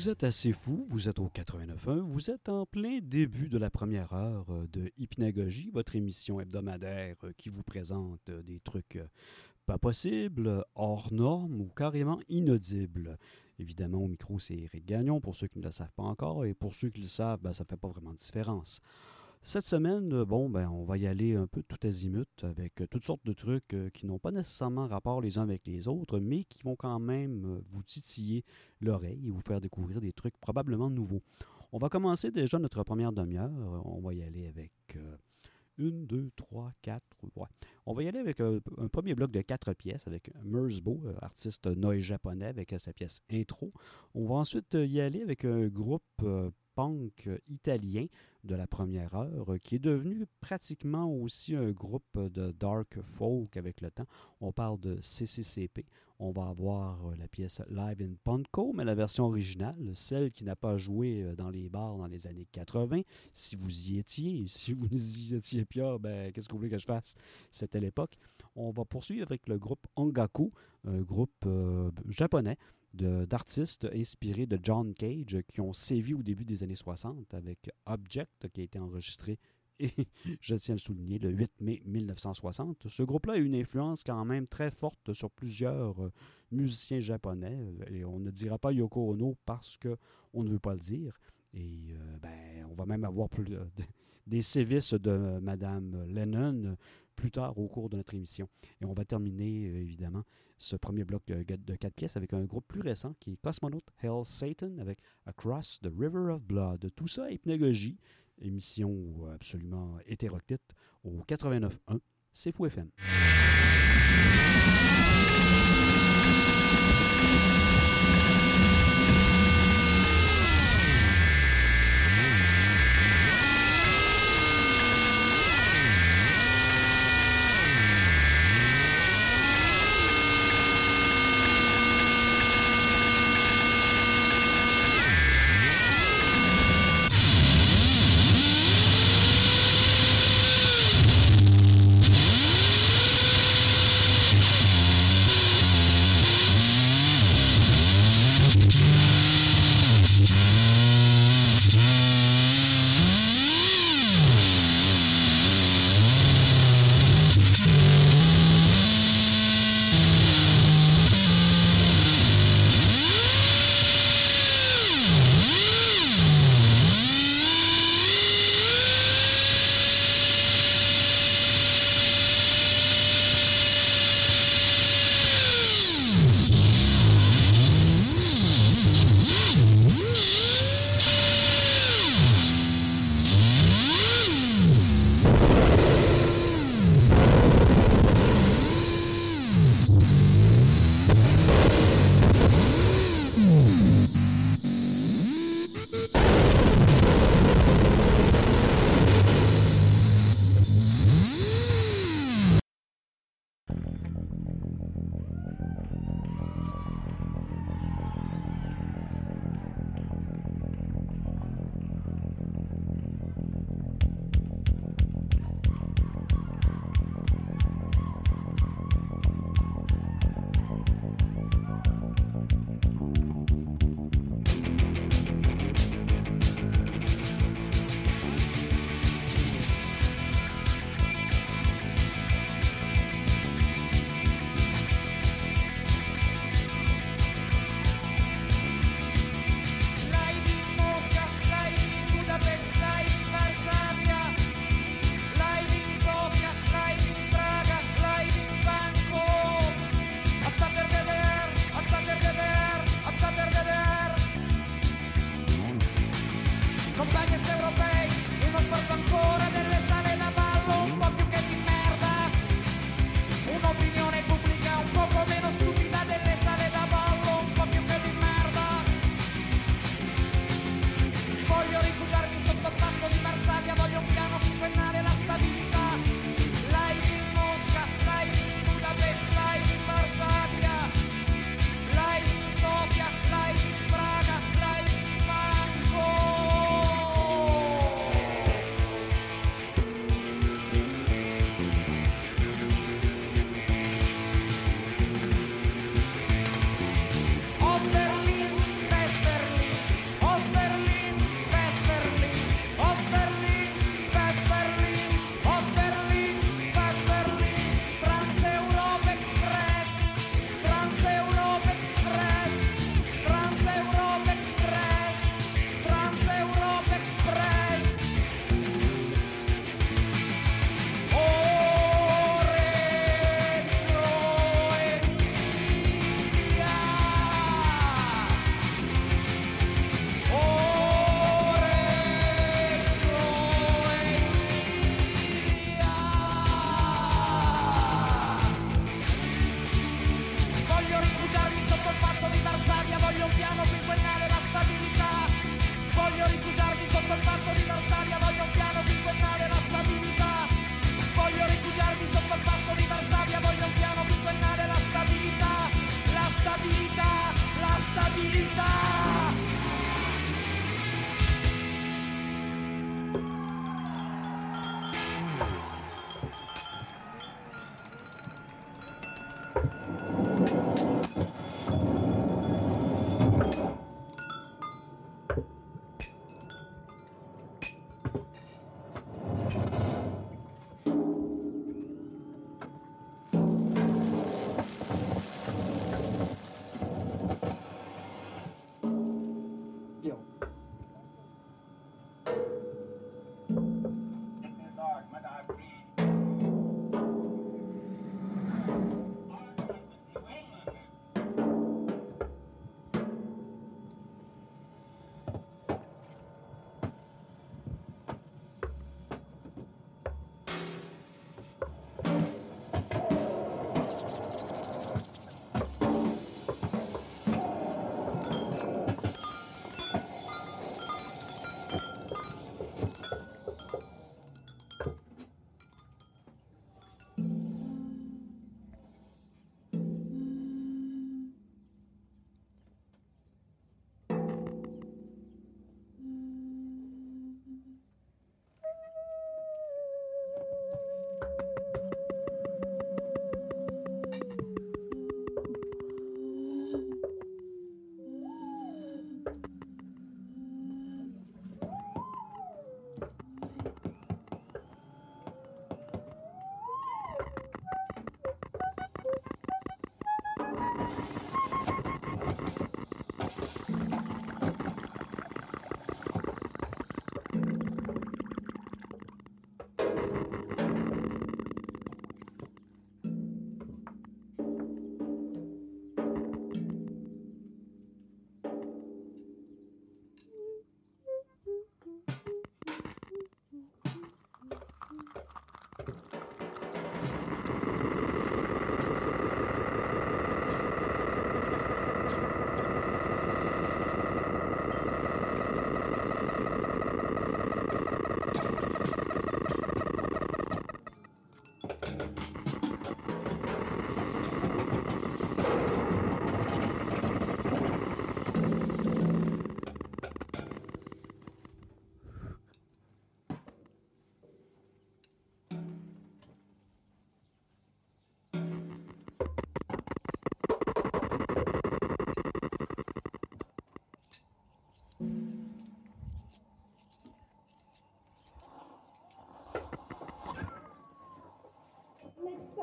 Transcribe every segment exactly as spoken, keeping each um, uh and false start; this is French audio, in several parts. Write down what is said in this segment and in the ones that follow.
Vous êtes assez fou, vous êtes au quatre-vingt-neuf point un, vous êtes en plein début de la première heure de Hypnagogie, votre émission hebdomadaire qui vous présente des trucs pas possibles, hors normes ou carrément inaudibles. Évidemment, au micro, c'est Éric Gagnon, pour ceux qui ne le savent pas encore, et pour ceux qui le savent, ben, ça ne fait pas vraiment de différence. Cette semaine, bon, ben, on va y aller un peu tout azimut avec toutes sortes de trucs qui n'ont pas nécessairement rapport les uns avec les autres, mais qui vont quand même vous titiller l'oreille et vous faire découvrir des trucs probablement nouveaux. On va commencer déjà notre première demi-heure. On va y aller avec euh, une, deux, trois, quatre. Ouais. On va y aller avec un, un premier bloc de quatre pièces avec Merzbow, artiste noé japonais, avec sa pièce Intro. On va ensuite y aller avec un groupe euh, punk italien de la première heure, qui est devenu pratiquement aussi un groupe de dark folk avec le temps. On parle de C C C P. On va avoir la pièce Live in Punko, mais la version originale, celle qui n'a pas joué dans les bars dans les années quatre-vingt. Si vous y étiez, si vous n'y étiez pas, ben, qu'est-ce que vous voulez que je fasse? C'était l'époque. On va poursuivre avec le groupe Ongaku, un groupe euh, japonais, De, d'artistes inspirés de John Cage qui ont sévi au début des années soixante avec Object qui a été enregistré, et je tiens à le souligner, le huit mai mille neuf cent soixante. Ce groupe-là a une influence quand même très forte sur plusieurs euh, musiciens japonais et on ne dira pas Yoko Ono parce qu'on ne veut pas le dire. Et euh, ben, on va même avoir plus, euh, des sévices de euh, Madame Lennon plus tard au cours de notre émission. Et on va terminer, euh, évidemment, ce premier bloc de, de quatre pièces avec un groupe plus récent qui est Cosmonaut Hell Satan avec Across the River of Blood. Tout ça, Hypnagogie, émission absolument hétéroclite au quatre-vingt-neuf point un, c'est Fou F M.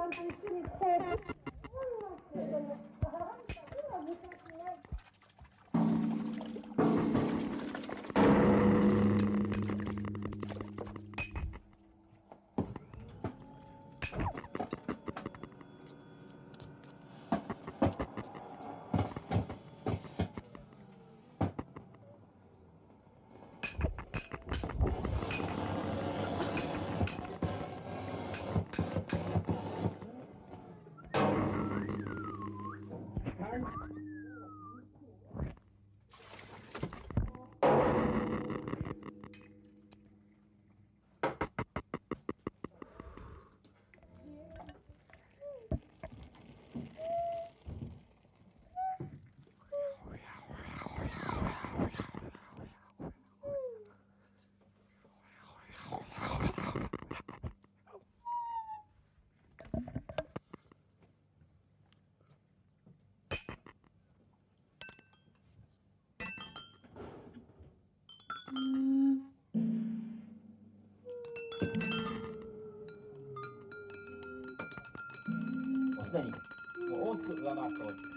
すでにもう大きく上回っており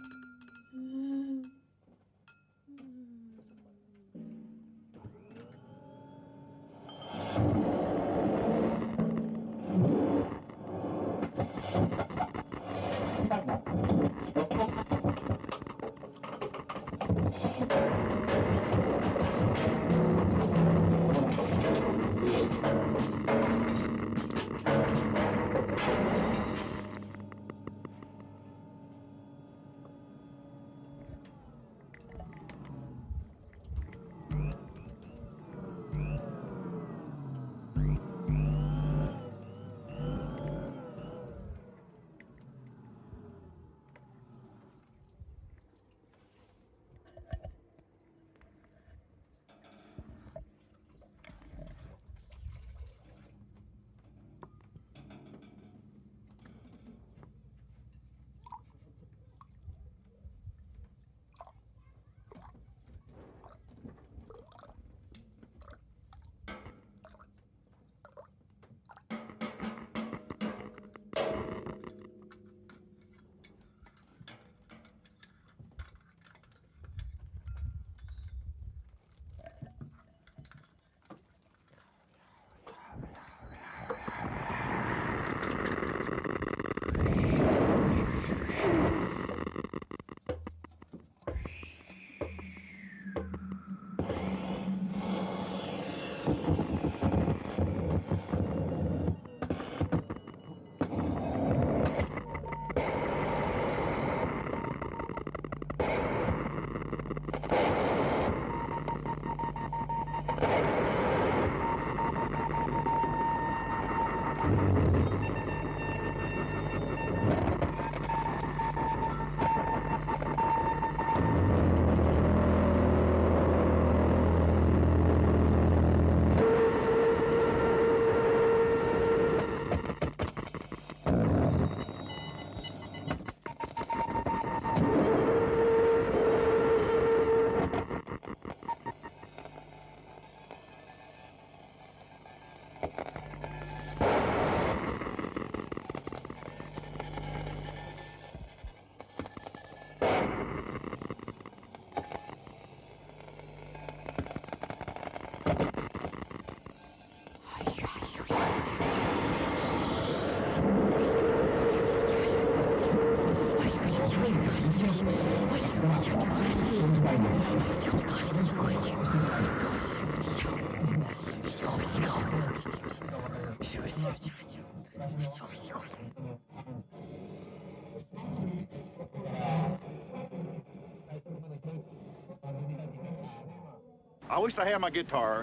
I wish I had my guitar.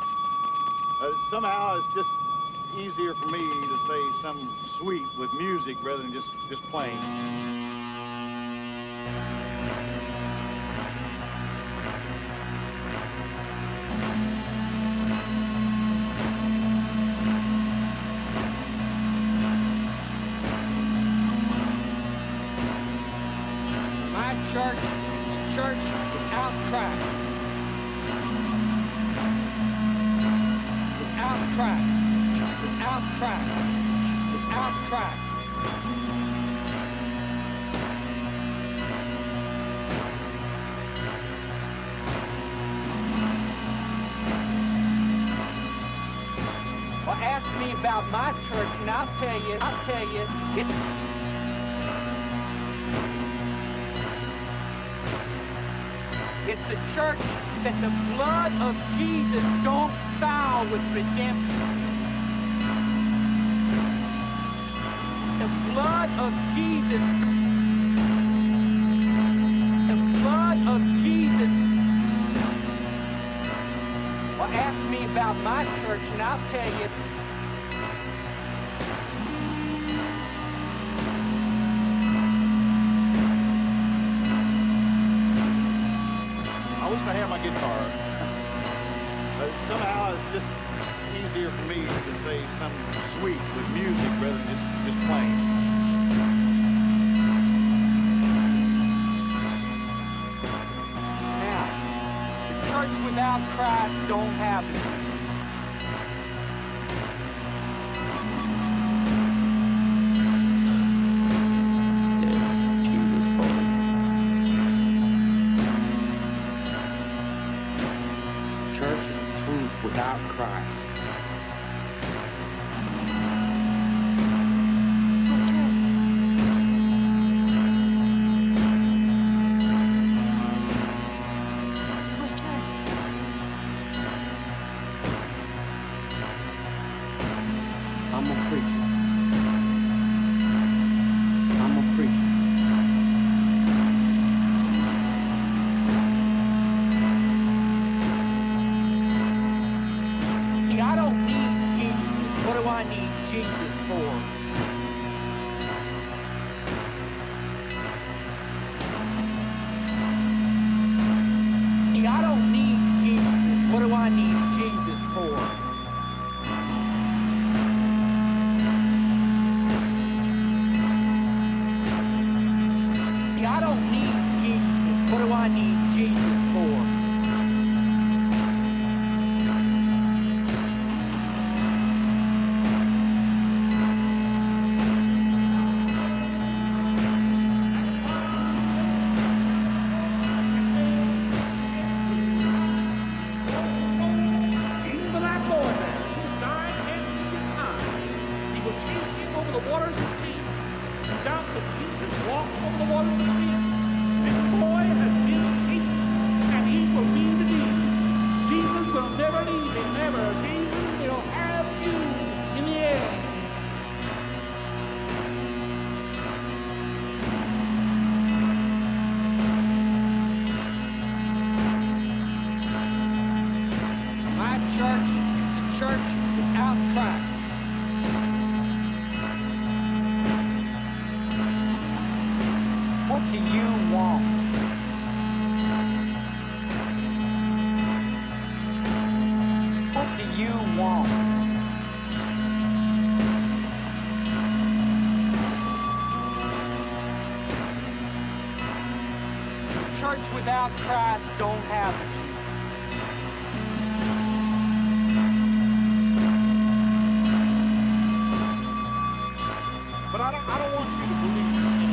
uh, somehow it's just easier for me to say something sweet with music rather than just, just plain. My church, church without Christ. Without Christ. Without Christ. Without Christ. Well, ask me about my church, and I'll tell you, I'll tell you, it's... It's the church that the blood of Jesus don't foul with redemption. The blood of Jesus, the blood of Jesus. Well, ask me about my church, and I'll tell you. I wish I had my guitar. But somehow it's just easier for me to say something sweet with music rather than just, just plain. Now, the church without Christ don't have it. Without Christ. I'm a preacher. I'm a preacher. I don't need Jesus. What do I need Jesus for? I don't need Jesus. What do I need Jesus for? I don't need Jesus. What do I need Jesus for? What do you want? What do you want? The church without Christ don't have it. But I don't, I don't want you to believe anything.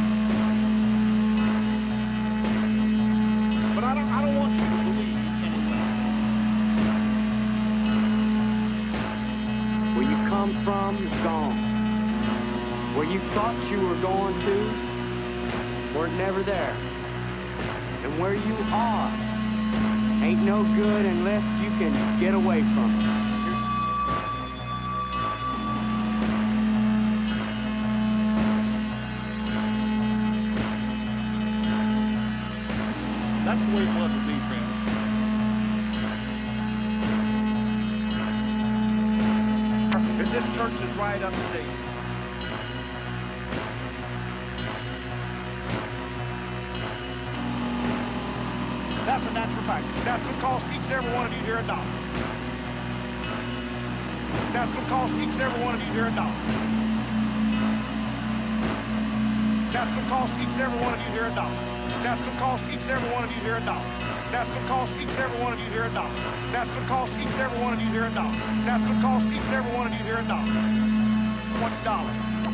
But I don't, I don't want you to believe anything. Where you come from is gone. Where you thought you were going to, we're never there. And where you are ain't no good unless you can get away from it. That's the way it was with me, friends. Because this church is right up to date. That's a natural fact. That's going to cost each and every one of you here a dollar. That's going to cost each and every one of you here a dollar. That's going to cost each and every one of you here a dollar. That's going to cost each and every one of you here a dollar. That's going to cost each and every one of you here a dollar. That's going to cost each and every one of you here a dollar. That's going to cost each and every one of you here a dollar. What's a dollar?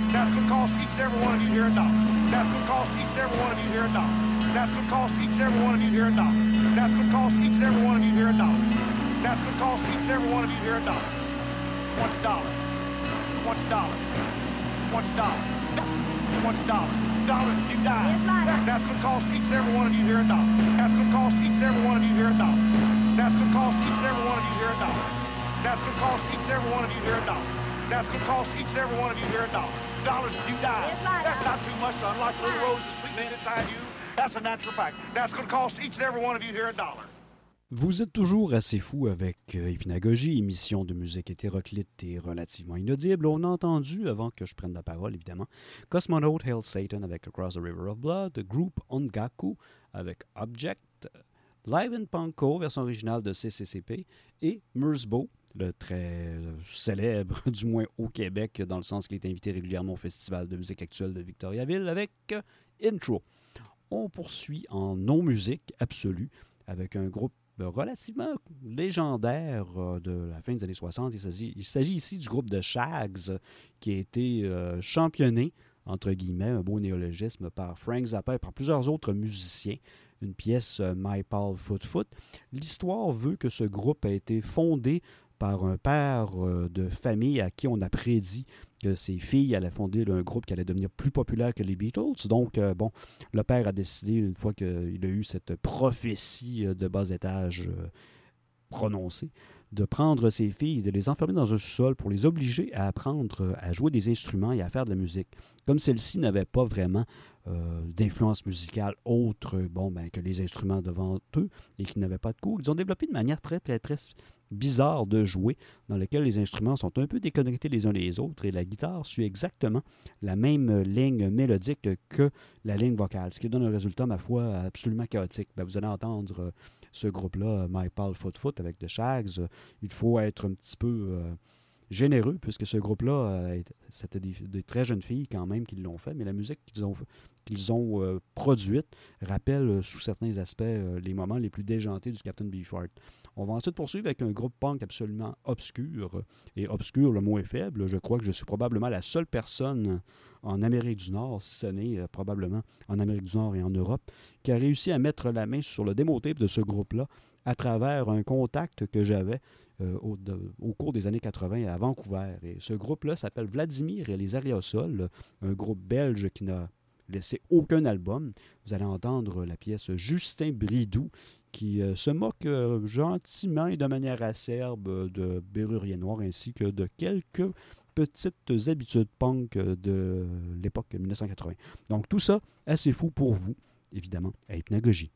That's going to cost each and every one of you here a dollar. That's going to cost each and every one of you here a dollar. That's going to cost each and every one of you here a dollar. That's going to cost each and every one of you here a dollar. That's going to cost each and every one of you here a dollar. What's a dollar? What's a dollar? What's a dollar? What's a dollar? Dollars if you die. That's going to cost each and every one of you here a dollar. That's going to cost each and every one of you here a dollar. That's going to cost each and every one of you here a dollar. That's going to cost each and every one of you here a dollar. That's going to cost each and every one of you here a dollar. Dollars if you die. That's not too much to unlock little roses sleeping inside you. That's a natural fact. That's going to cost each and every one of you here a dollar. Vous êtes toujours assez fou avec euh, Hypnagogie, émission de musique hétéroclite et relativement inaudible. On a entendu, avant que je prenne la parole évidemment, Cosmonaut Hail Satan avec Across the River of Blood, Group Ongaku avec Object, Live in Panko, version originale de C C C P, et Mersbo, le très célèbre, du moins au Québec, dans le sens qu'il est invité régulièrement au Festival de musique actuelle de Victoriaville, avec euh, Intro. On poursuit en non-musique absolue avec un groupe relativement légendaire euh, de la fin des années soixante. Il s'agit, il s'agit ici du groupe de Shags qui a été euh, championné, entre guillemets, un beau néologisme, par Frank Zappa et par plusieurs autres musiciens. Une pièce euh, My Pal Foot Foot. L'histoire veut que ce groupe a été fondé par un père euh, de famille à qui on a prédit que ses filles allaient fonder un groupe qui allait devenir plus populaire que les Beatles. Donc, euh, bon, le père a décidé, une fois qu'il a eu cette prophétie de bas étage euh, prononcée, de prendre ses filles, de les enfermer dans un sous-sol pour les obliger à apprendre à jouer des instruments et à faire de la musique. Comme celle-ci n'avait pas vraiment euh, d'influence musicale autre bon, ben, que les instruments devant eux et qu'ils n'avaient pas de cours, ils ont développé une manière très, très, très bizarre de jouer, dans laquelle les instruments sont un peu déconnectés les uns des autres et la guitare suit exactement la même ligne mélodique que la ligne vocale, ce qui donne un résultat, ma foi, absolument chaotique. Ben, vous allez entendre euh, ce groupe-là, My Pal Foot Foot, avec The Shags. Euh, il faut être un petit peu euh, généreux, puisque ce groupe-là, euh, c'était des, des très jeunes filles quand même qui l'ont fait, mais la musique qu'ils ont, qu'ils ont euh, produite rappelle, euh, sous certains aspects, euh, les moments les plus déjantés du Captain Beefheart. On va ensuite poursuivre avec un groupe punk absolument obscur. Et obscur, le mot est faible. Je crois que je suis probablement la seule personne en Amérique du Nord, si ce n'est euh, probablement en Amérique du Nord et en Europe, qui a réussi à mettre la main sur le démotape de ce groupe-là à travers un contact que j'avais euh, au, de, au cours des années quatre-vingt à Vancouver. Et ce groupe-là s'appelle Vladimir et les Aréosols, un groupe belge qui n'a laissé aucun album. Vous allez entendre la pièce Justin Bridou, qui euh, se moque euh, gentiment et de manière acerbe de Bérurier Noir ainsi que de quelques petites habitudes punk de l'époque dix-neuf cent quatre-vingts. Donc tout ça, assez fou pour vous, évidemment, à Hypnagogie.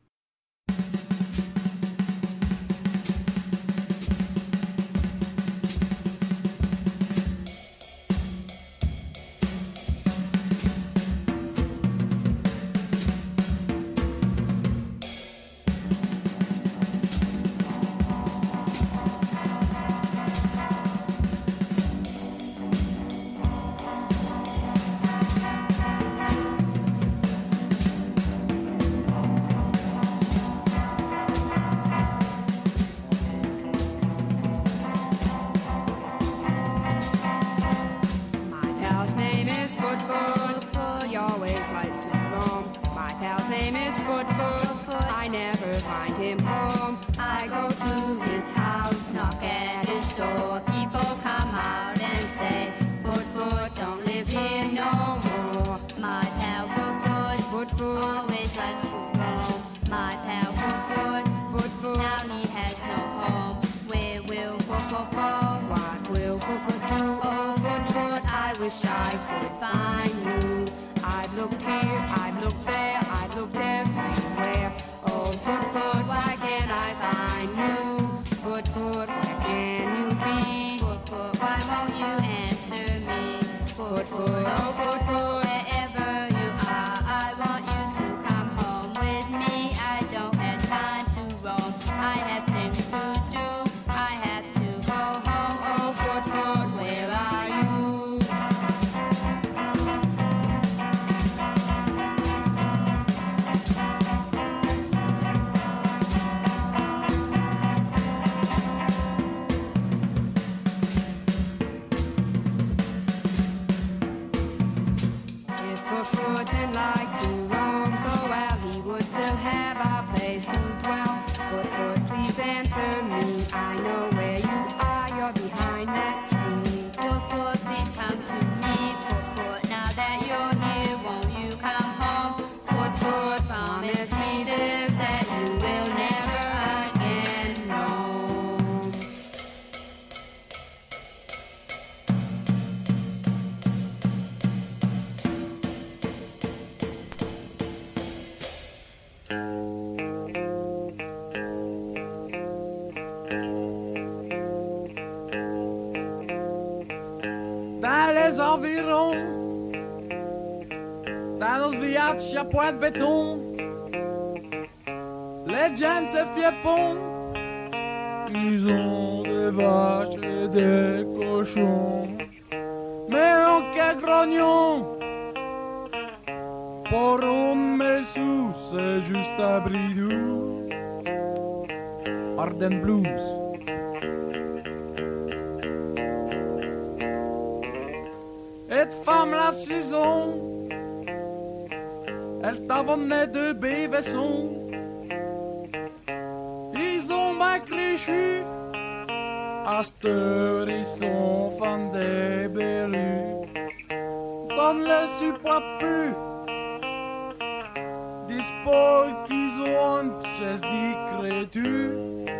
les environs. Dans nos villages, y'a point de béton. Les gens se fiepont. Ils ont des vaches et des cochons. Mais en quel grognon. Pour un mes sous, c'est juste un bridou. Arden Blues. Et de femme la saison. Elle t'abonnait de bévesson. Ils ont bien créchu. À cette heure, ils sont fans des berus. Donne-le support plus. Dispose qu'ils ont une chaise d'écriture.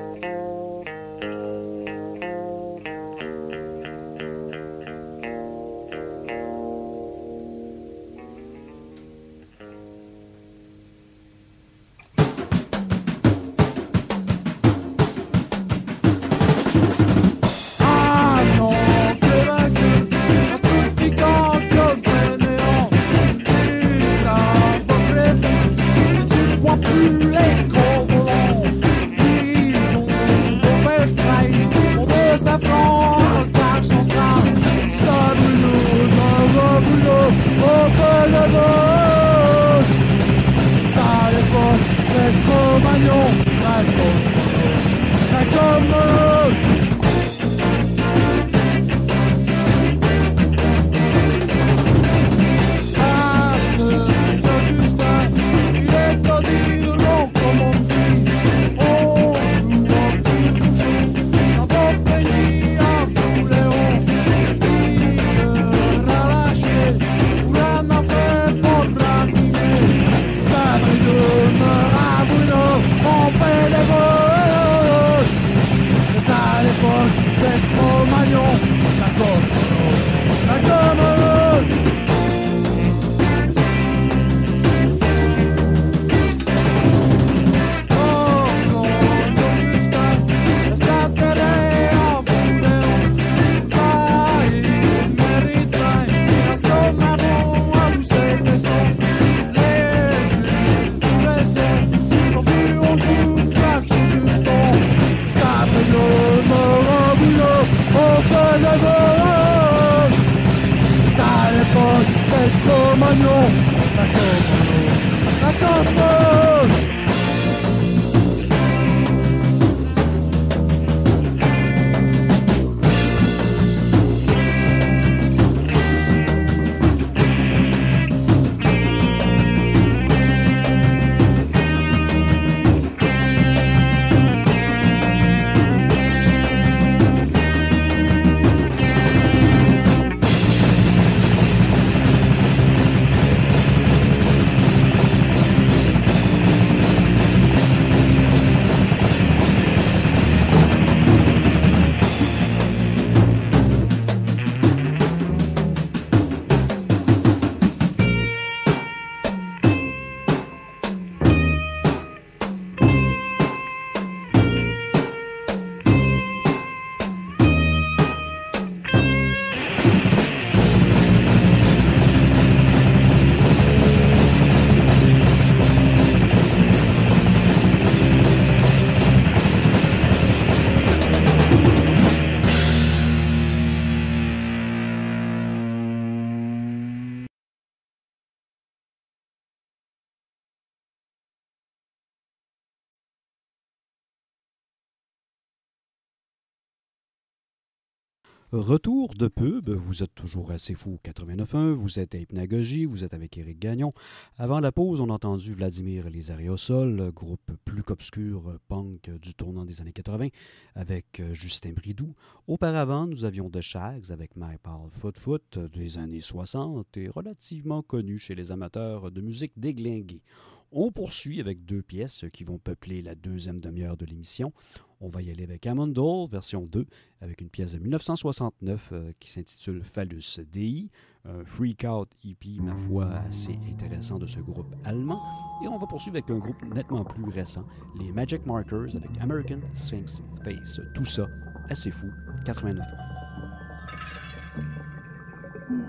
Retour de pub, vous êtes toujours assez fou quatre-vingt-neuf point un, vous êtes à Hypnagogie, vous êtes avec Éric Gagnon. Avant la pause, on a entendu Vladimir et les Aérosols, groupe plus qu'obscur punk du tournant des années quatre-vingts, avec Justin Bridou. Auparavant, nous avions The Shags avec My Pal Foot Foot des années soixante et relativement connu chez les amateurs de musique déglinguée. On poursuit avec deux pièces qui vont peupler la deuxième demi-heure de l'émission. On va y aller avec Amundle, version deux, avec une pièce de dix-neuf cent soixante-neuf euh, qui s'intitule Phallus Dei, un freak-out E P, ma foi, assez intéressant de ce groupe allemand. Et on va poursuivre avec un groupe nettement plus récent, les Magic Markers, avec American Sphinx Face. Tout ça, assez fou, quatre-vingt-neuf ans.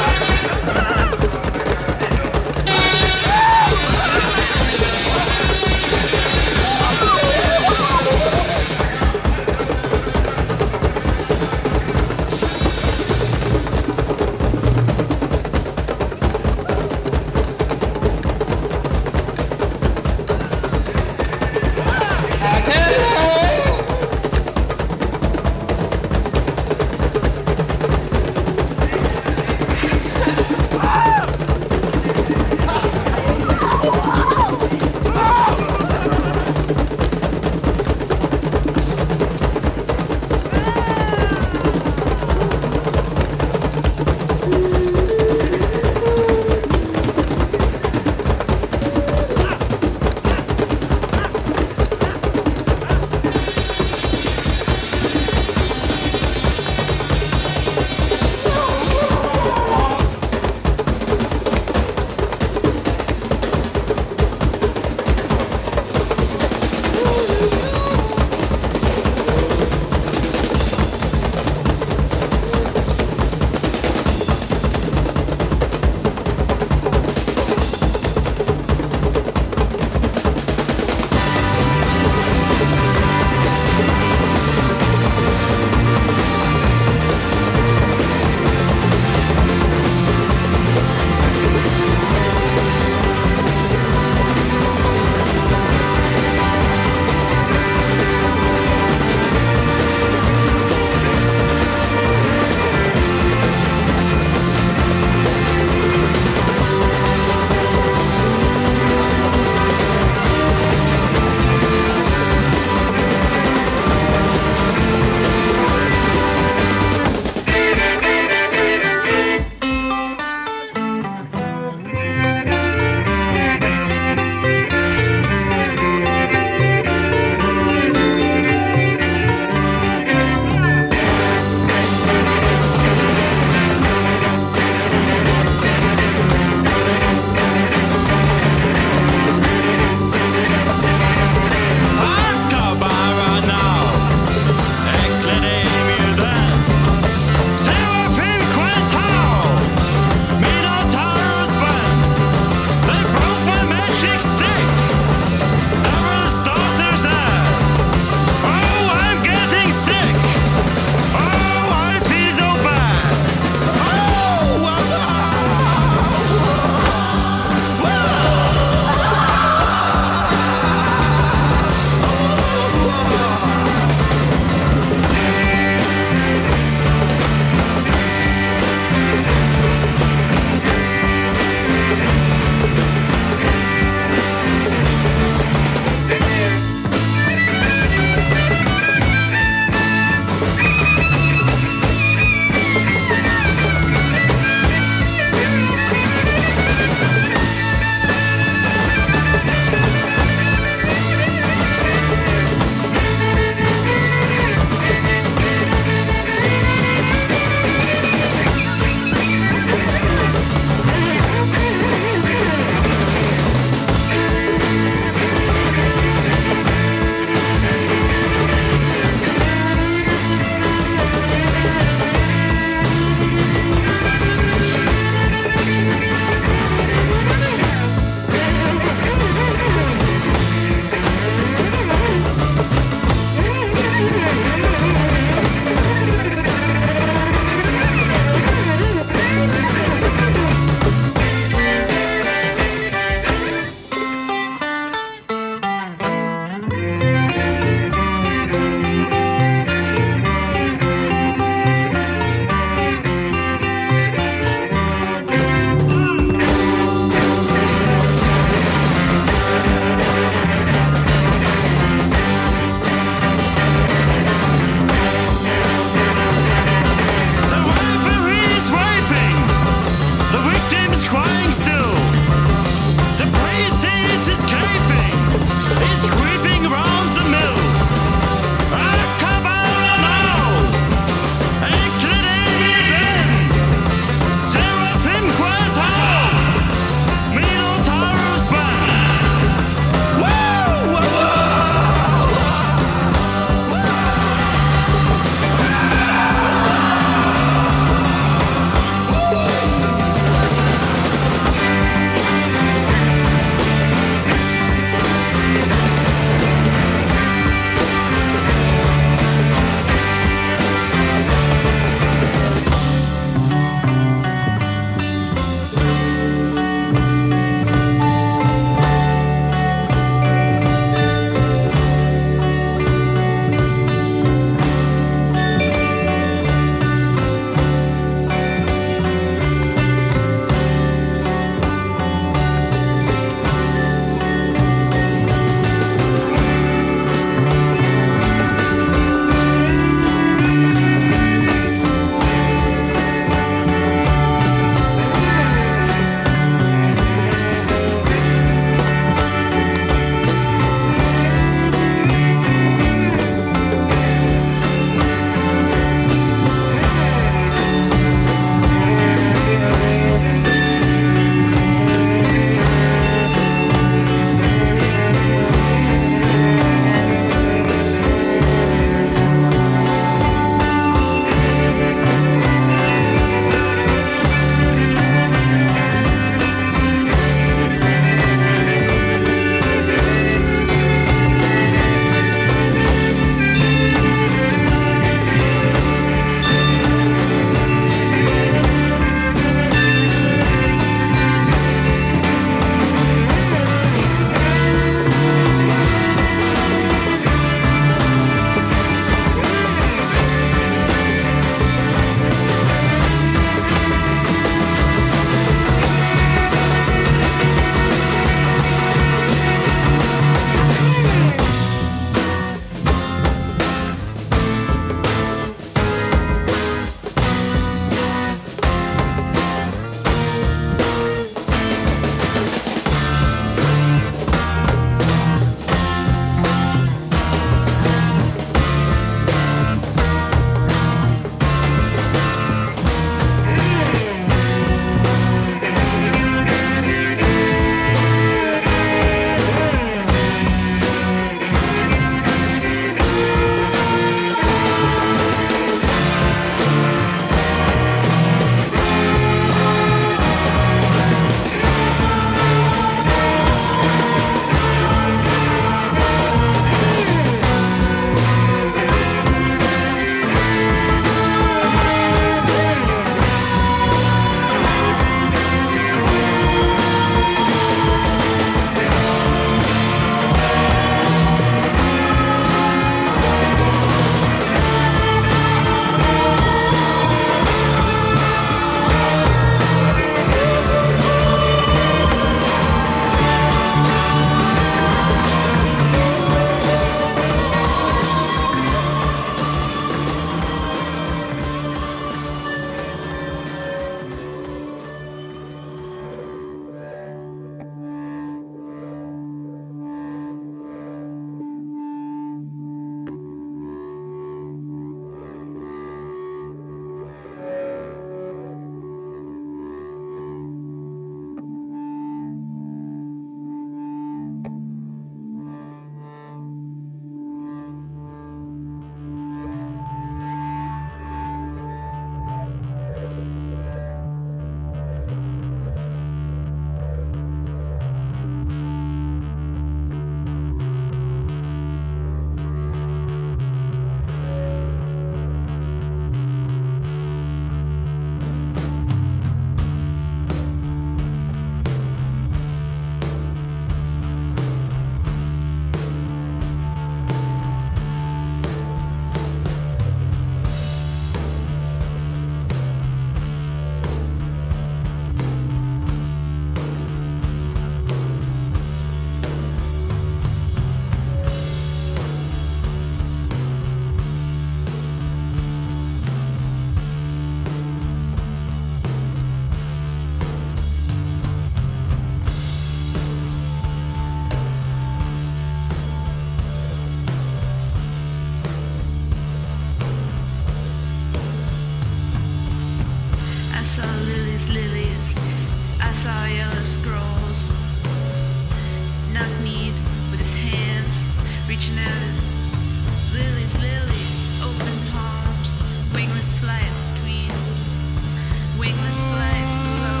endless flights between wingless flights below.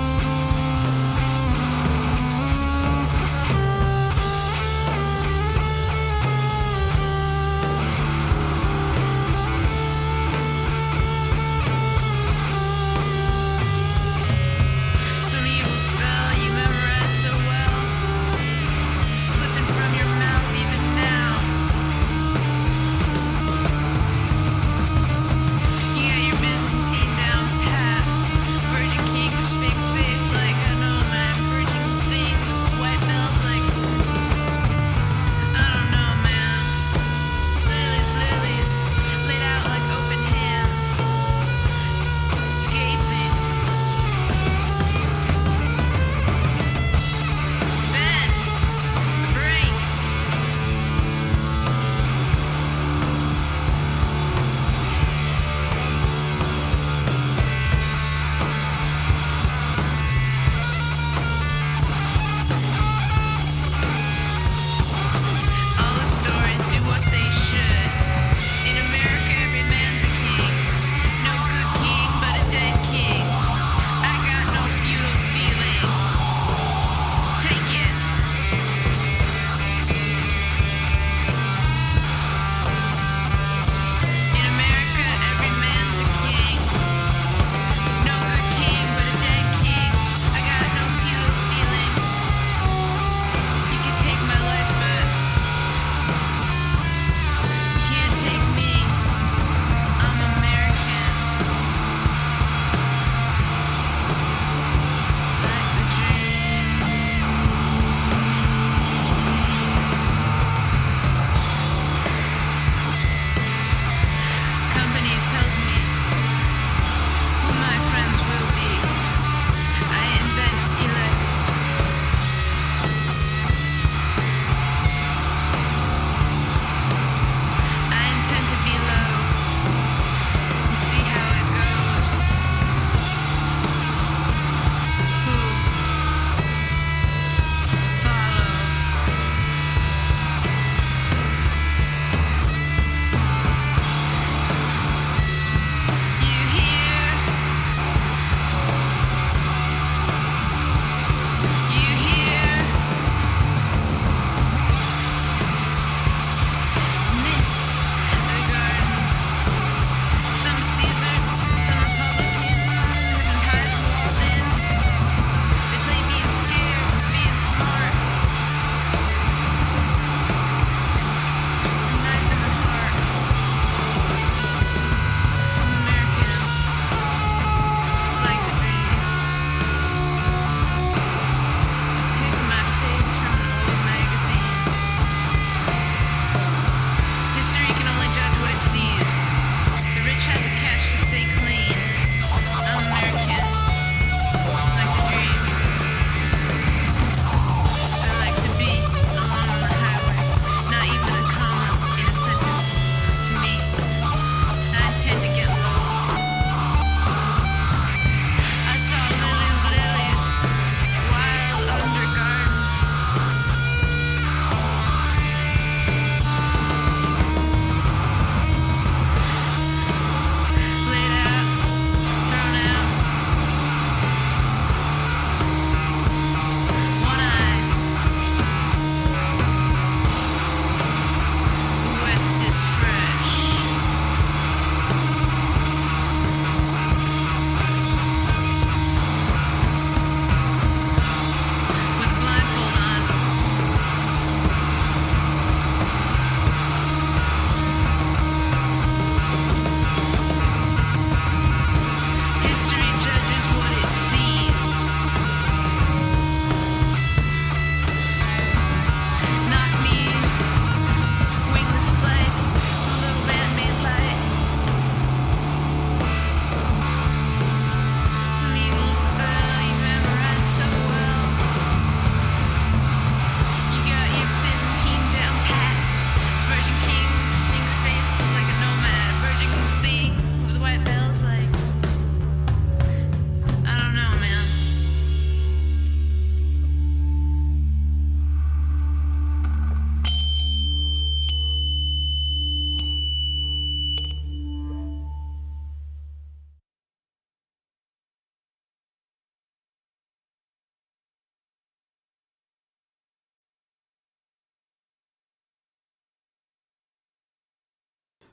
Some evil spell you memorize so well, slipping from your mouth even now. You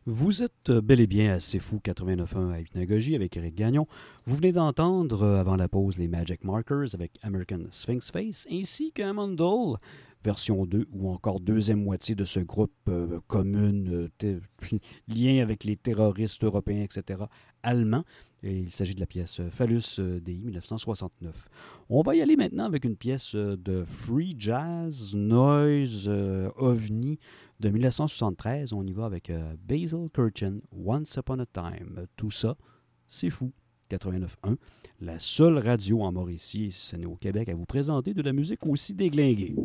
Vous êtes bel et bien à C'est Fou quatre-vingt-neuf point un à Hypnagogie avec Éric Gagnon. Vous venez d'entendre euh, avant la pause les Magic Markers avec American Sphinx Face ainsi qu'Amandole, version deux ou encore deuxième moitié de ce groupe euh, commune, euh, té- lien avec les terroristes européens, et cetera, allemands. Et il s'agit de la pièce Phallus euh, Dei dix-neuf cent soixante-neuf. On va y aller maintenant avec une pièce euh, de free jazz, noise, euh, ovni, de dix-neuf cent soixante-treize, on y va avec euh, Basil Kirchen, Once Upon a Time. Tout ça, c'est fou. quatre-vingt-neuf point un, la seule radio en Mauricie, si ce n'est au Québec, à vous présenter de la musique aussi déglinguée.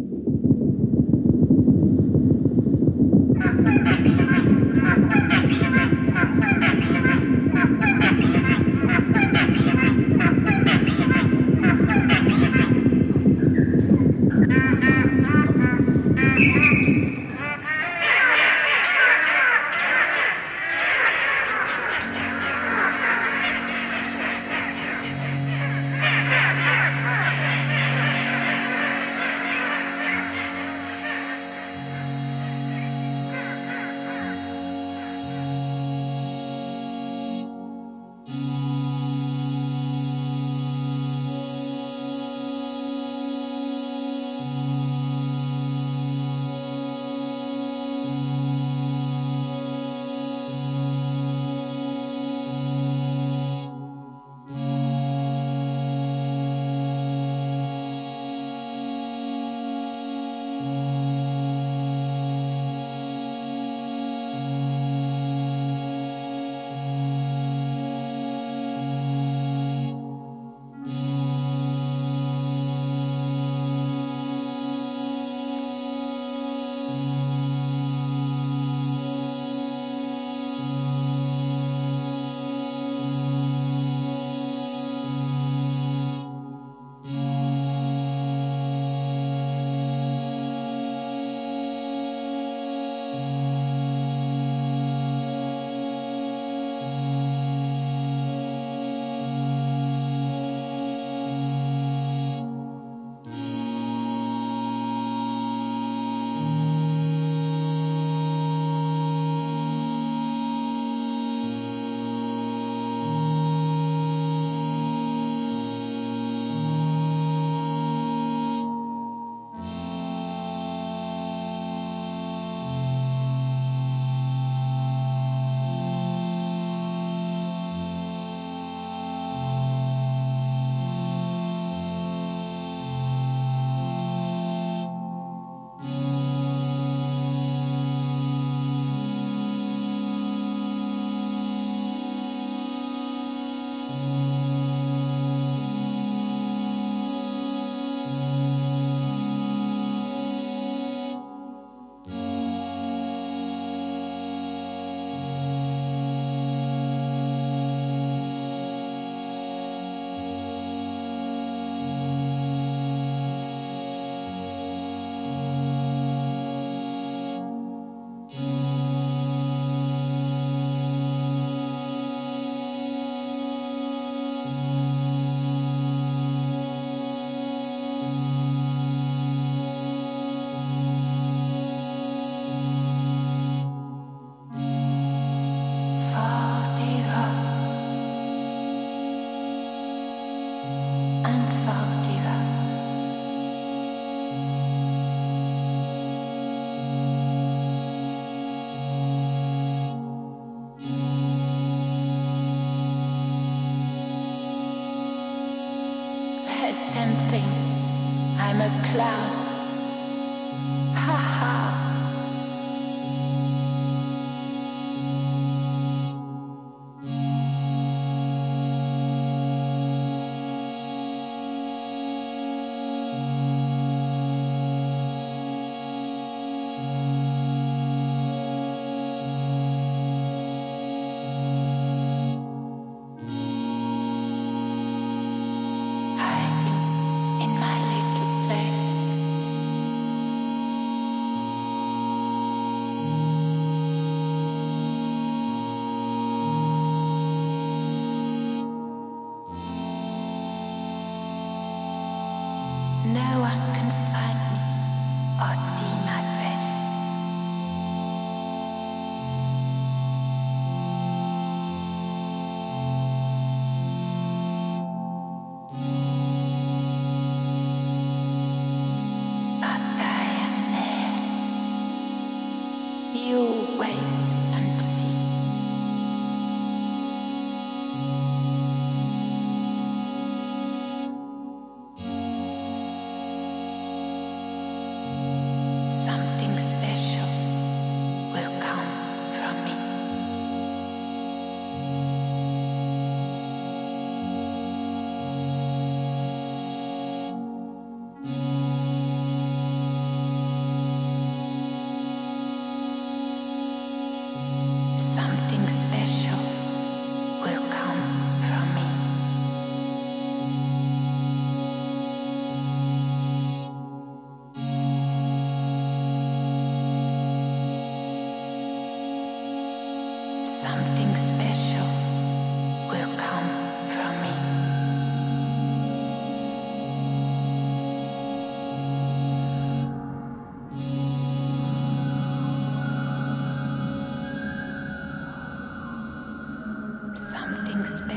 In my little place,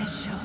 special.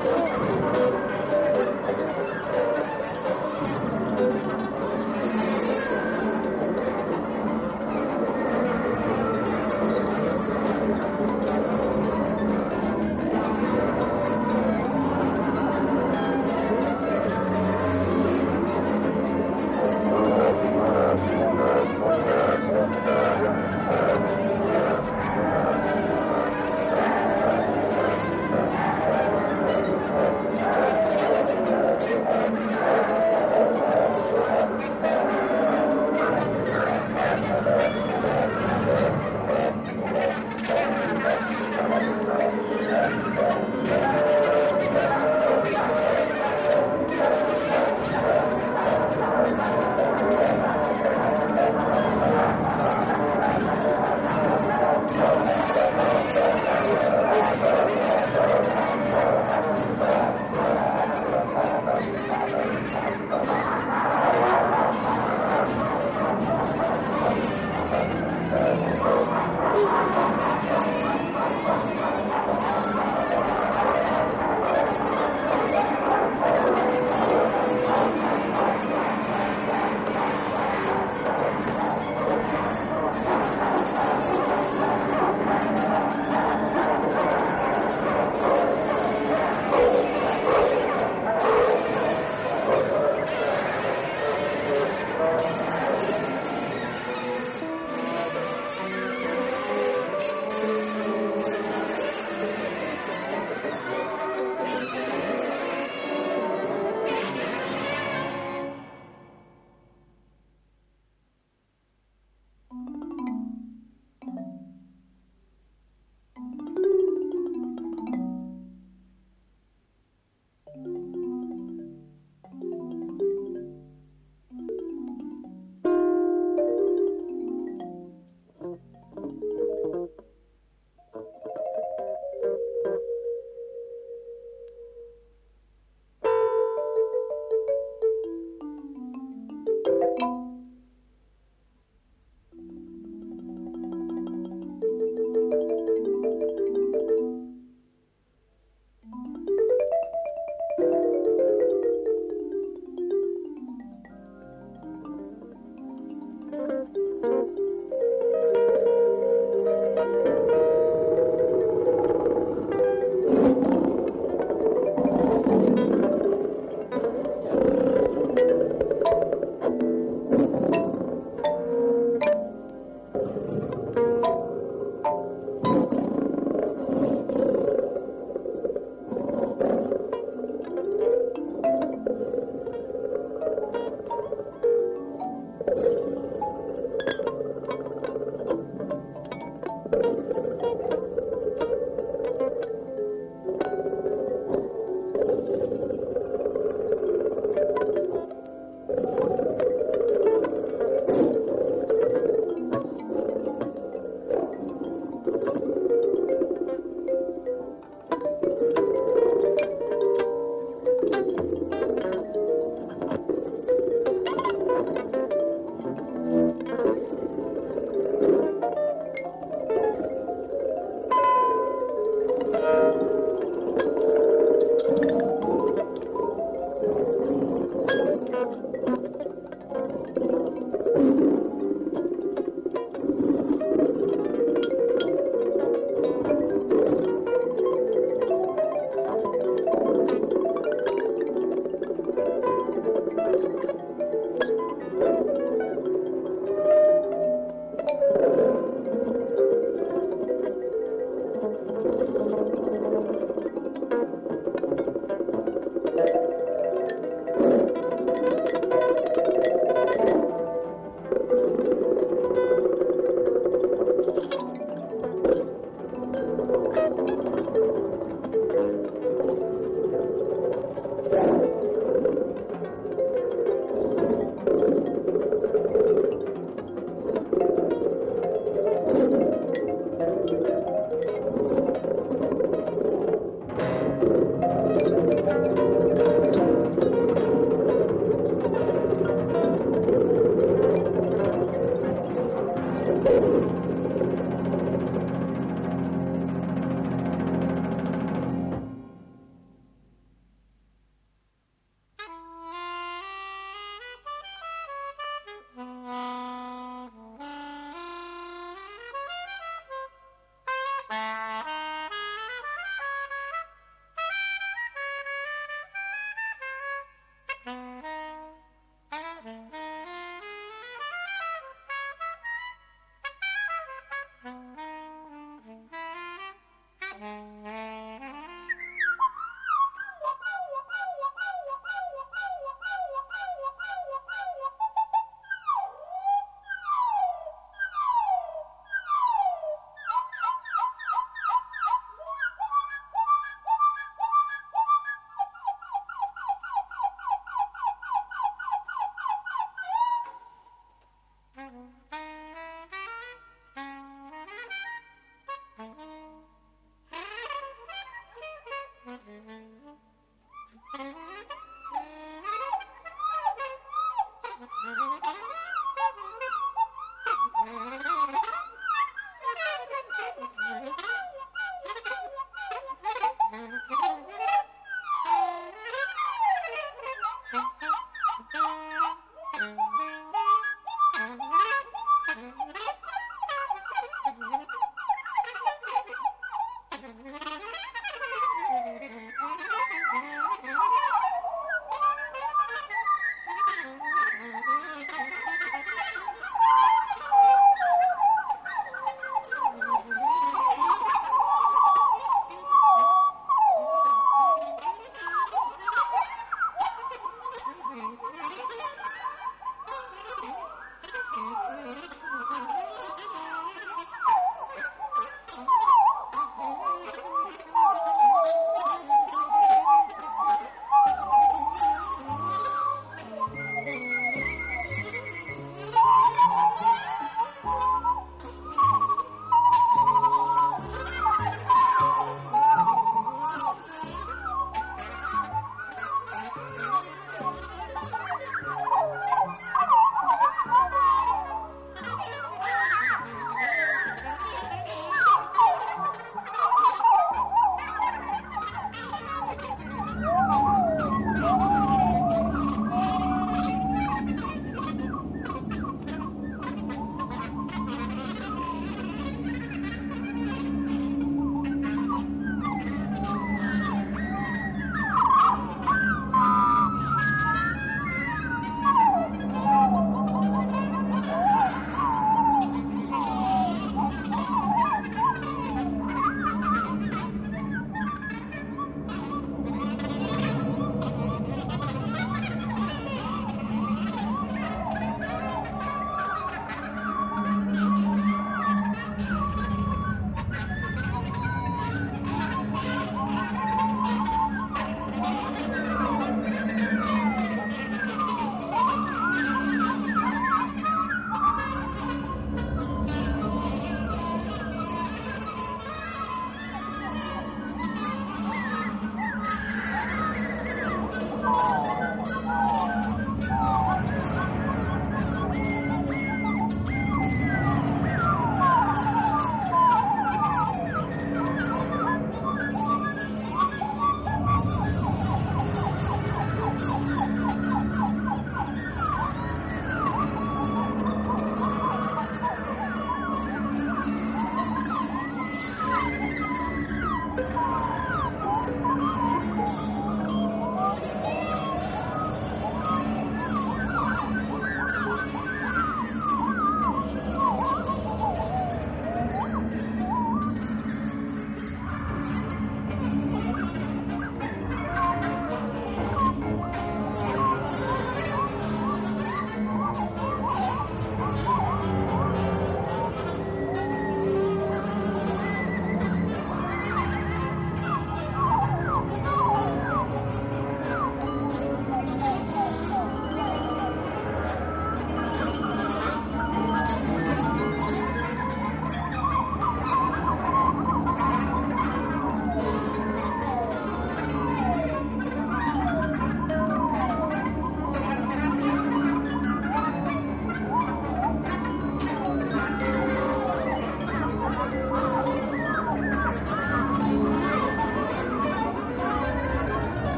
Thank you.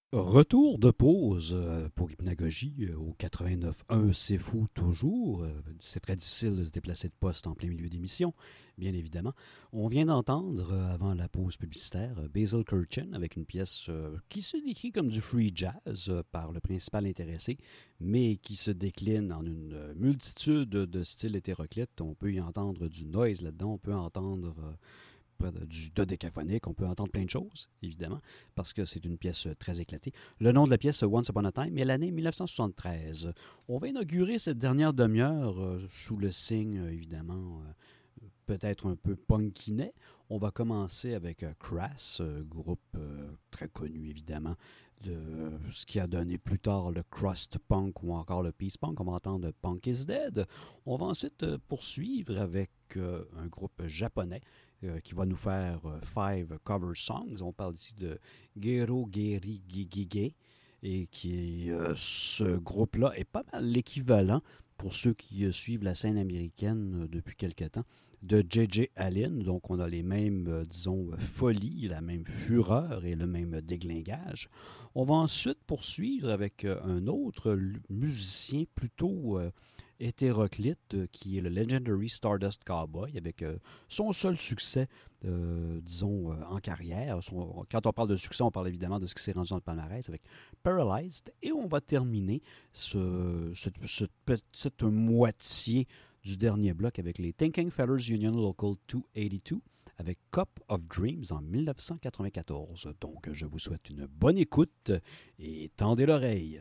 Retour de pause euh, pour Hypnagogie euh, au quatre-vingt-neuf un, c'est fou toujours. Euh, c'est très difficile de se déplacer de poste en plein milieu d'émission, bien évidemment. On vient d'entendre, euh, avant la pause publicitaire, euh, Basil Kirchen avec une pièce euh, qui se décrit comme du free jazz euh, par le principal intéressé, mais qui se décline en une euh, multitude de styles hétéroclites. On peut y entendre du noise là-dedans, on peut entendre... Euh, du dodécaphonique, on peut entendre plein de choses, évidemment, parce que c'est une pièce très éclatée. Le nom de la pièce, Once Upon a Time, est l'année dix-neuf cent soixante-treize. On va inaugurer cette dernière demi-heure euh, sous le signe, euh, évidemment, euh, peut-être un peu punkinet. On va commencer avec euh, Crass, euh, groupe euh, très connu, évidemment, de ce qui a donné plus tard le crust punk ou encore le peace punk. On va entendre Punk is Dead. On va ensuite euh, poursuivre avec euh, un groupe japonais Euh, qui va nous faire euh, Five Cover Songs. On parle ici de Gero Geri Gigige, et qui euh, ce groupe-là est pas mal l'équivalent, pour ceux qui euh, suivent la scène américaine euh, depuis quelque temps, de J J Allen. Donc on a les mêmes, euh, disons, folies, la même fureur et le même déglingage. On va ensuite poursuivre avec euh, un autre l- musicien plutôt... Euh, hétéroclite, euh, qui est le Legendary Stardust Cowboy, avec euh, son seul succès, euh, disons, euh, en carrière. Son, quand on parle de succès, on parle évidemment de ce qui s'est rendu dans le palmarès avec Paralyzed. Et on va terminer ce, ce, ce, cette moitié du dernier bloc avec les Thinking Fellers Union Local deux cent quatre-vingt-deux avec Cup of Dreams en dix-neuf cent quatre-vingt-quatorze. Donc, je vous souhaite une bonne écoute et tendez l'oreille.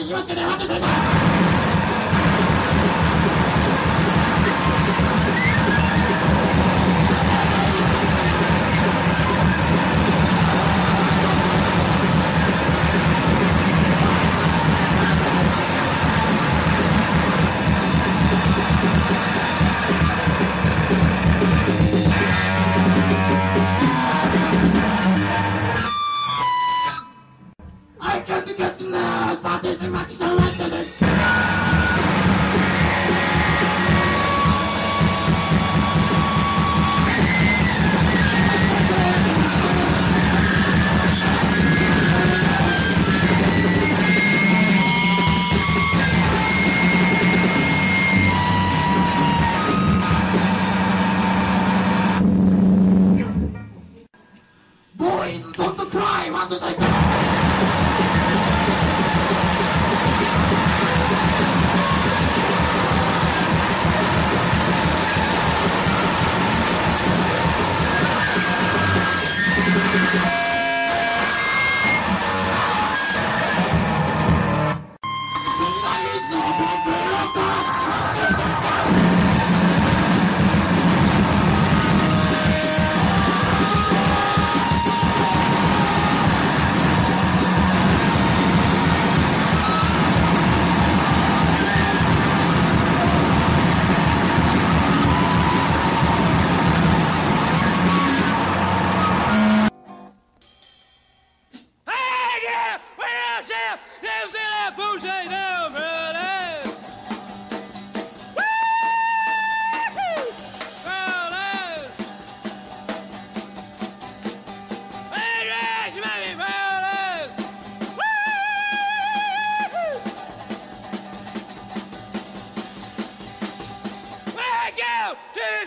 Attendez,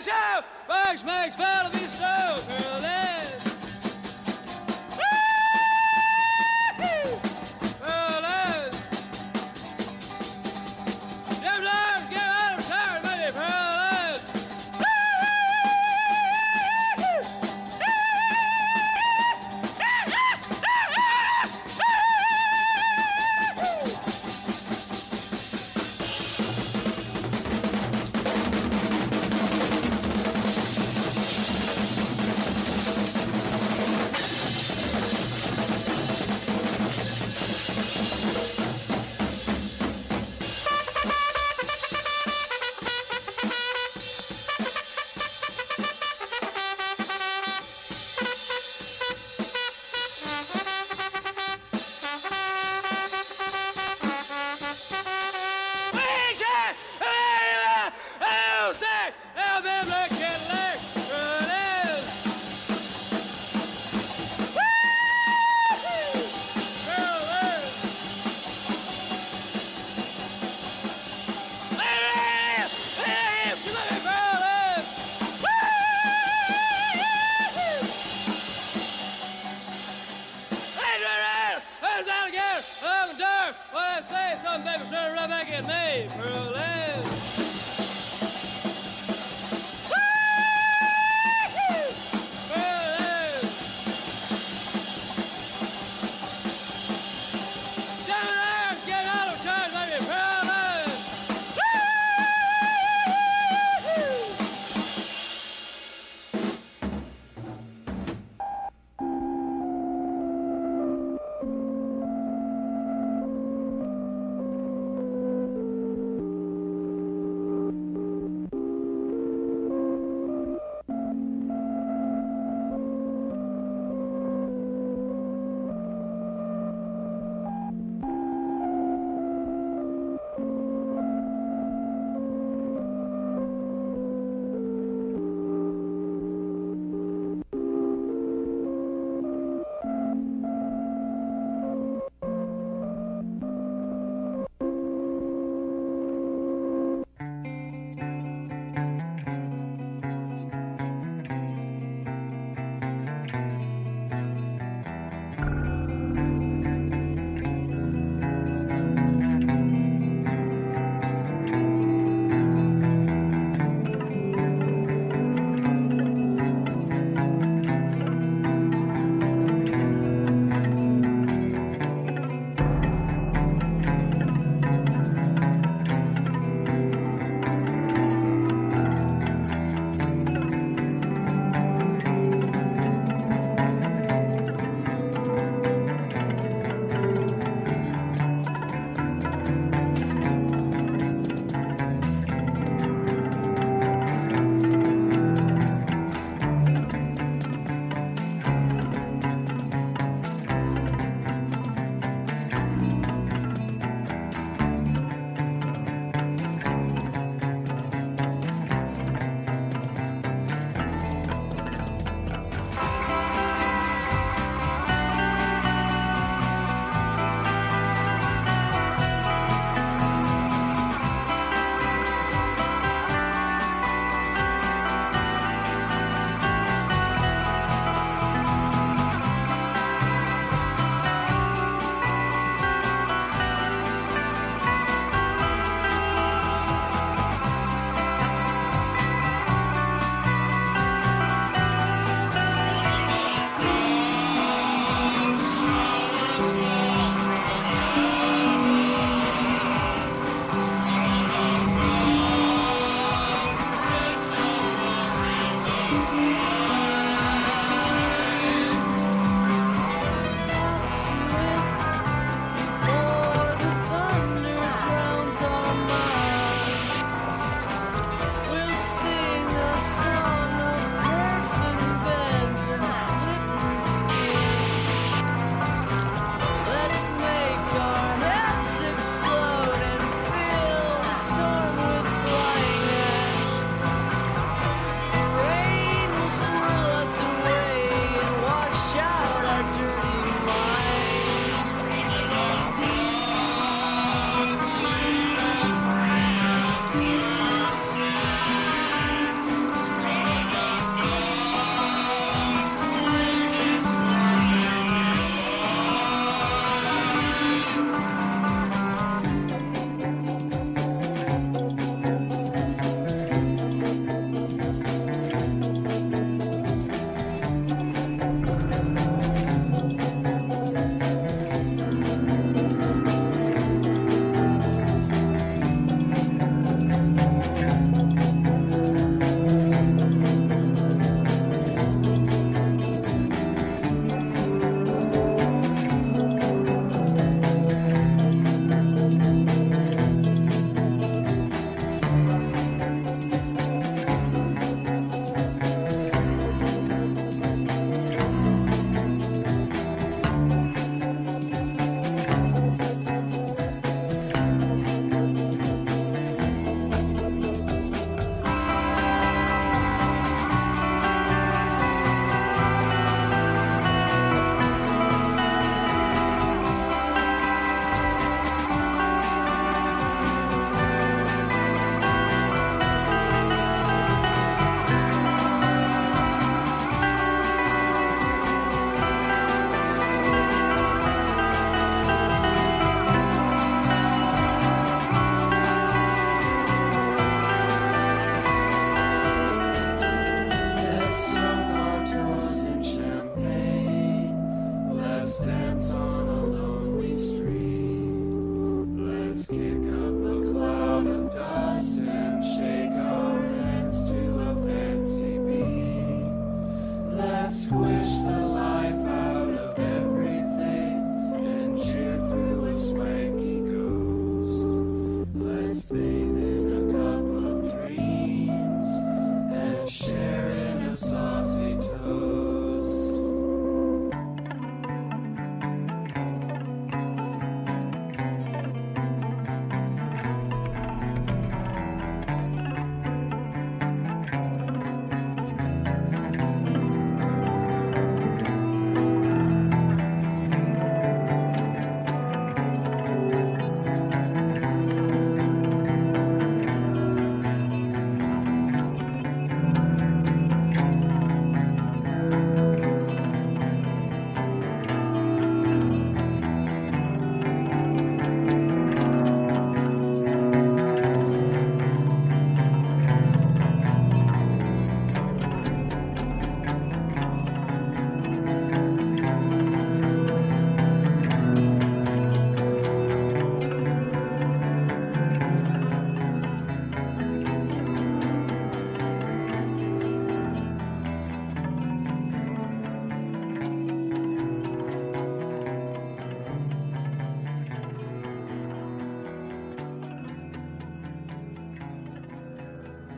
show! Bugs makes fun of me so, Berlin. Berlin. Jim Lars, get out of town, baby, Berlin.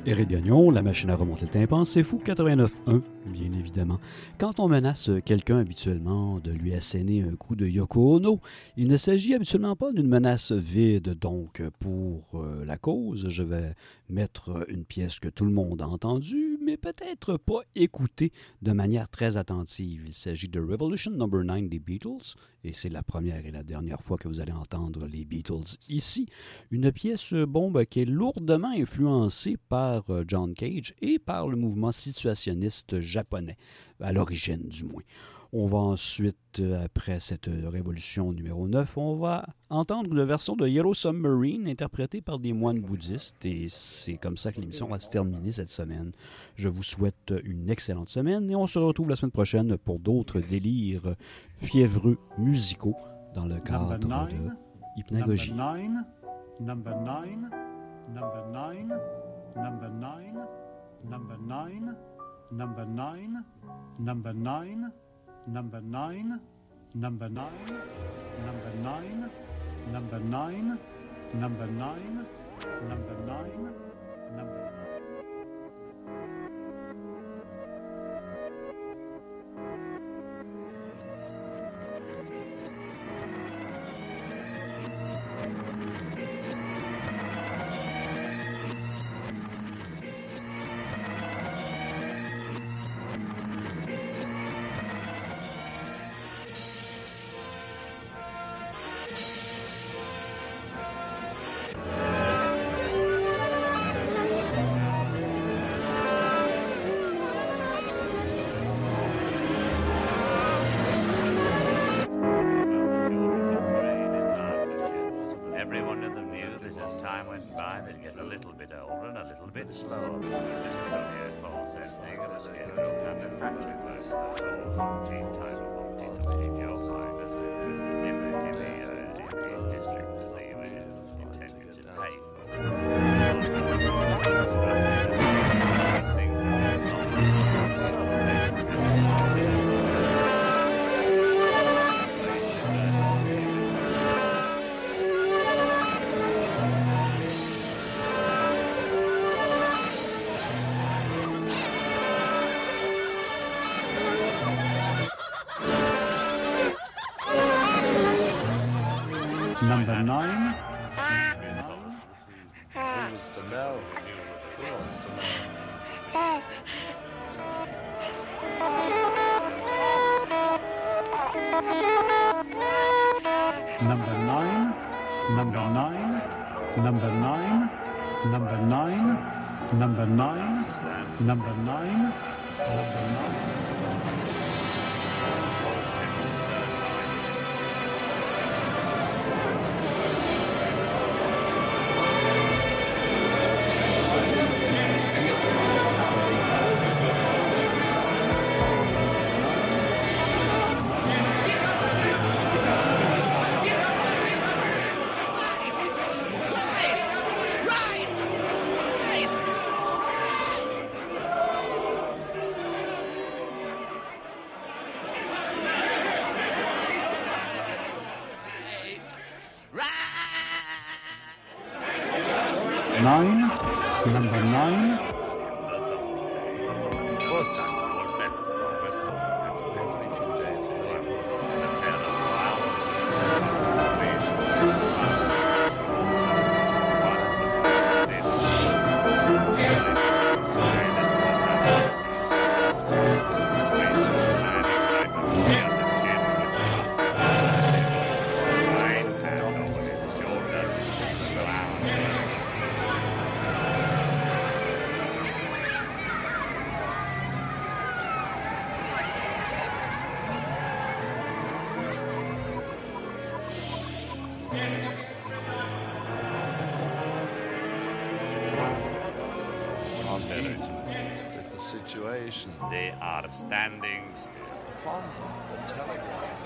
Éric Gagnon, la machine à remonter le tympan, c'est fou quatre-vingt-neuf un, bien évidemment. Quand on menace quelqu'un habituellement de lui asséner un coup de Yoko Ono, il ne s'agit habituellement pas d'une menace vide. Donc, pour euh, la cause, je vais mettre une pièce que tout le monde a entendue, mais peut-être pas écoutée de manière très attentive. Il s'agit de Revolution number nine des Beatles, et c'est la première et la dernière fois que vous allez entendre les Beatles ici. Une pièce, bon, ben, qui est lourdement influencée par John Cage et par le mouvement situationniste japonais, à l'origine du moins. On va ensuite, après cette révolution numéro neuf, on va entendre une version de Yellow Submarine interprétée par des moines bouddhistes, et c'est comme ça que l'émission va se terminer cette semaine. Je vous souhaite une excellente semaine et on se retrouve la semaine prochaine pour d'autres délires fiévreux musicaux dans le cadre de Hypnagogie. Number nine, number nine, number nine, number nine, number nine, number nine, number nine, number nine, number nine, number nine, number nine, number nine, number slower. For sending and escape and a factory work. Team time of team your mind as in the districts that you intended to pay for. Number nine. Who was to know? Who wants to know? Number nine. Number nine. Number nine. Number nine. Number nine. Number nine. Number nine. Nine, number nine. Every few days later. With the situation. They are standing still. Upon the telegraph.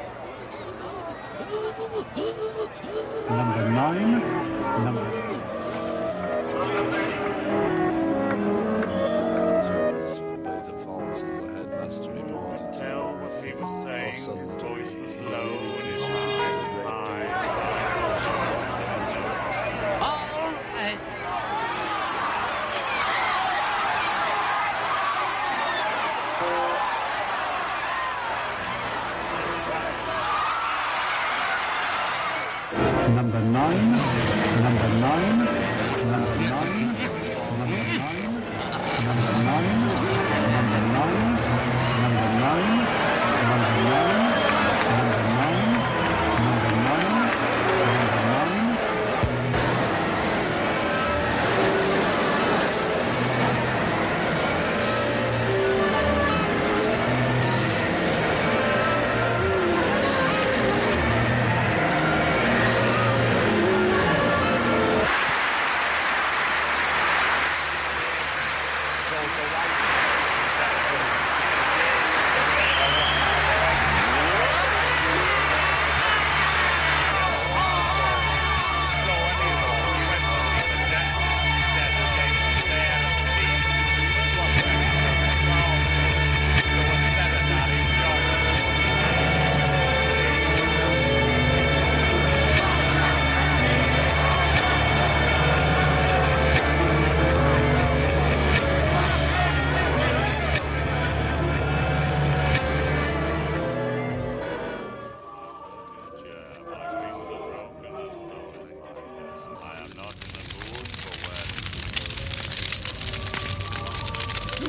Number nine. Number. Forbade the falls as the headmaster reported. Tell what he was saying. His voice was low and his All mind was high. All right.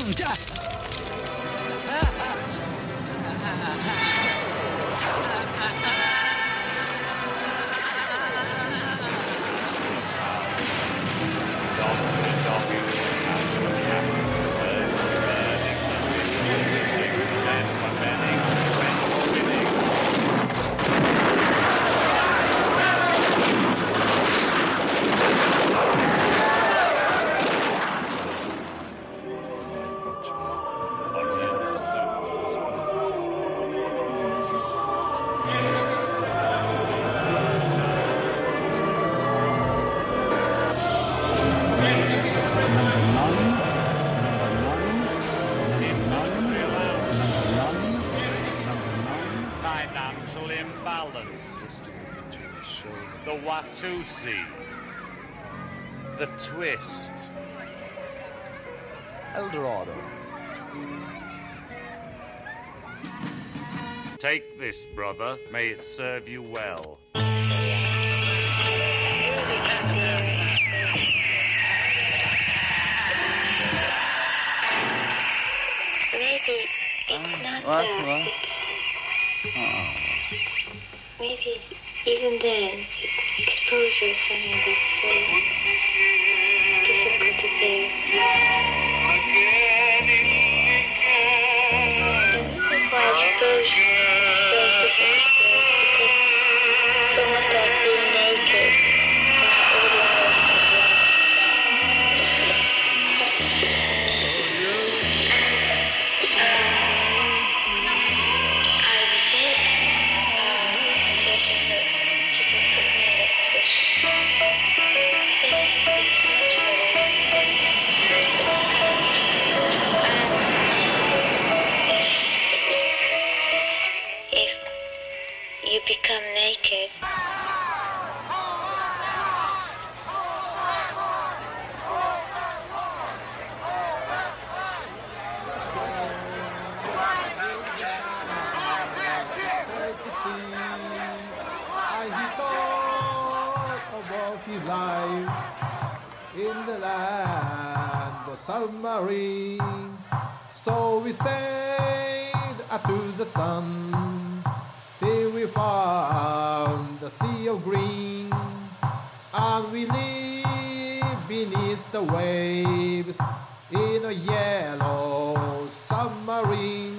Financial imbalance. The Watusi. The twist. Eldorado. Take this, brother. May it serve you well. Maybe it's not What? that. What? Oh. Maybe even then, exposure is something that's so difficult to bear. Why exposure is so difficult to bear? Because it's almost like being naked. Become naked. Life in the land of submarine, so we sailed up to the sun till we found the sea of green, and we live beneath the waves in a yellow submarine.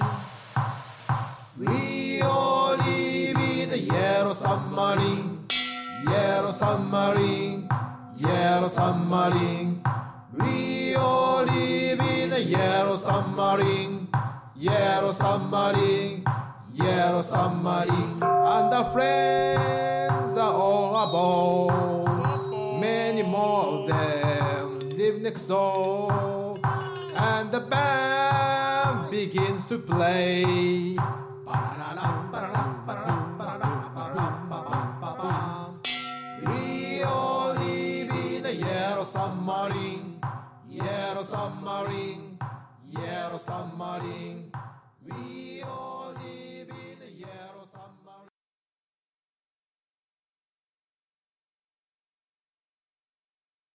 We all live in a yellow submarine, yellow submarine, yellow submarine. We all live in a yellow submarine, yellow submarine, yellow submarine. And our friends are all aboard. Many more of them live next door. And the band begins to play. We all live in a yellow submarine, yellow submarine, yellow submarine. We all live in a yellow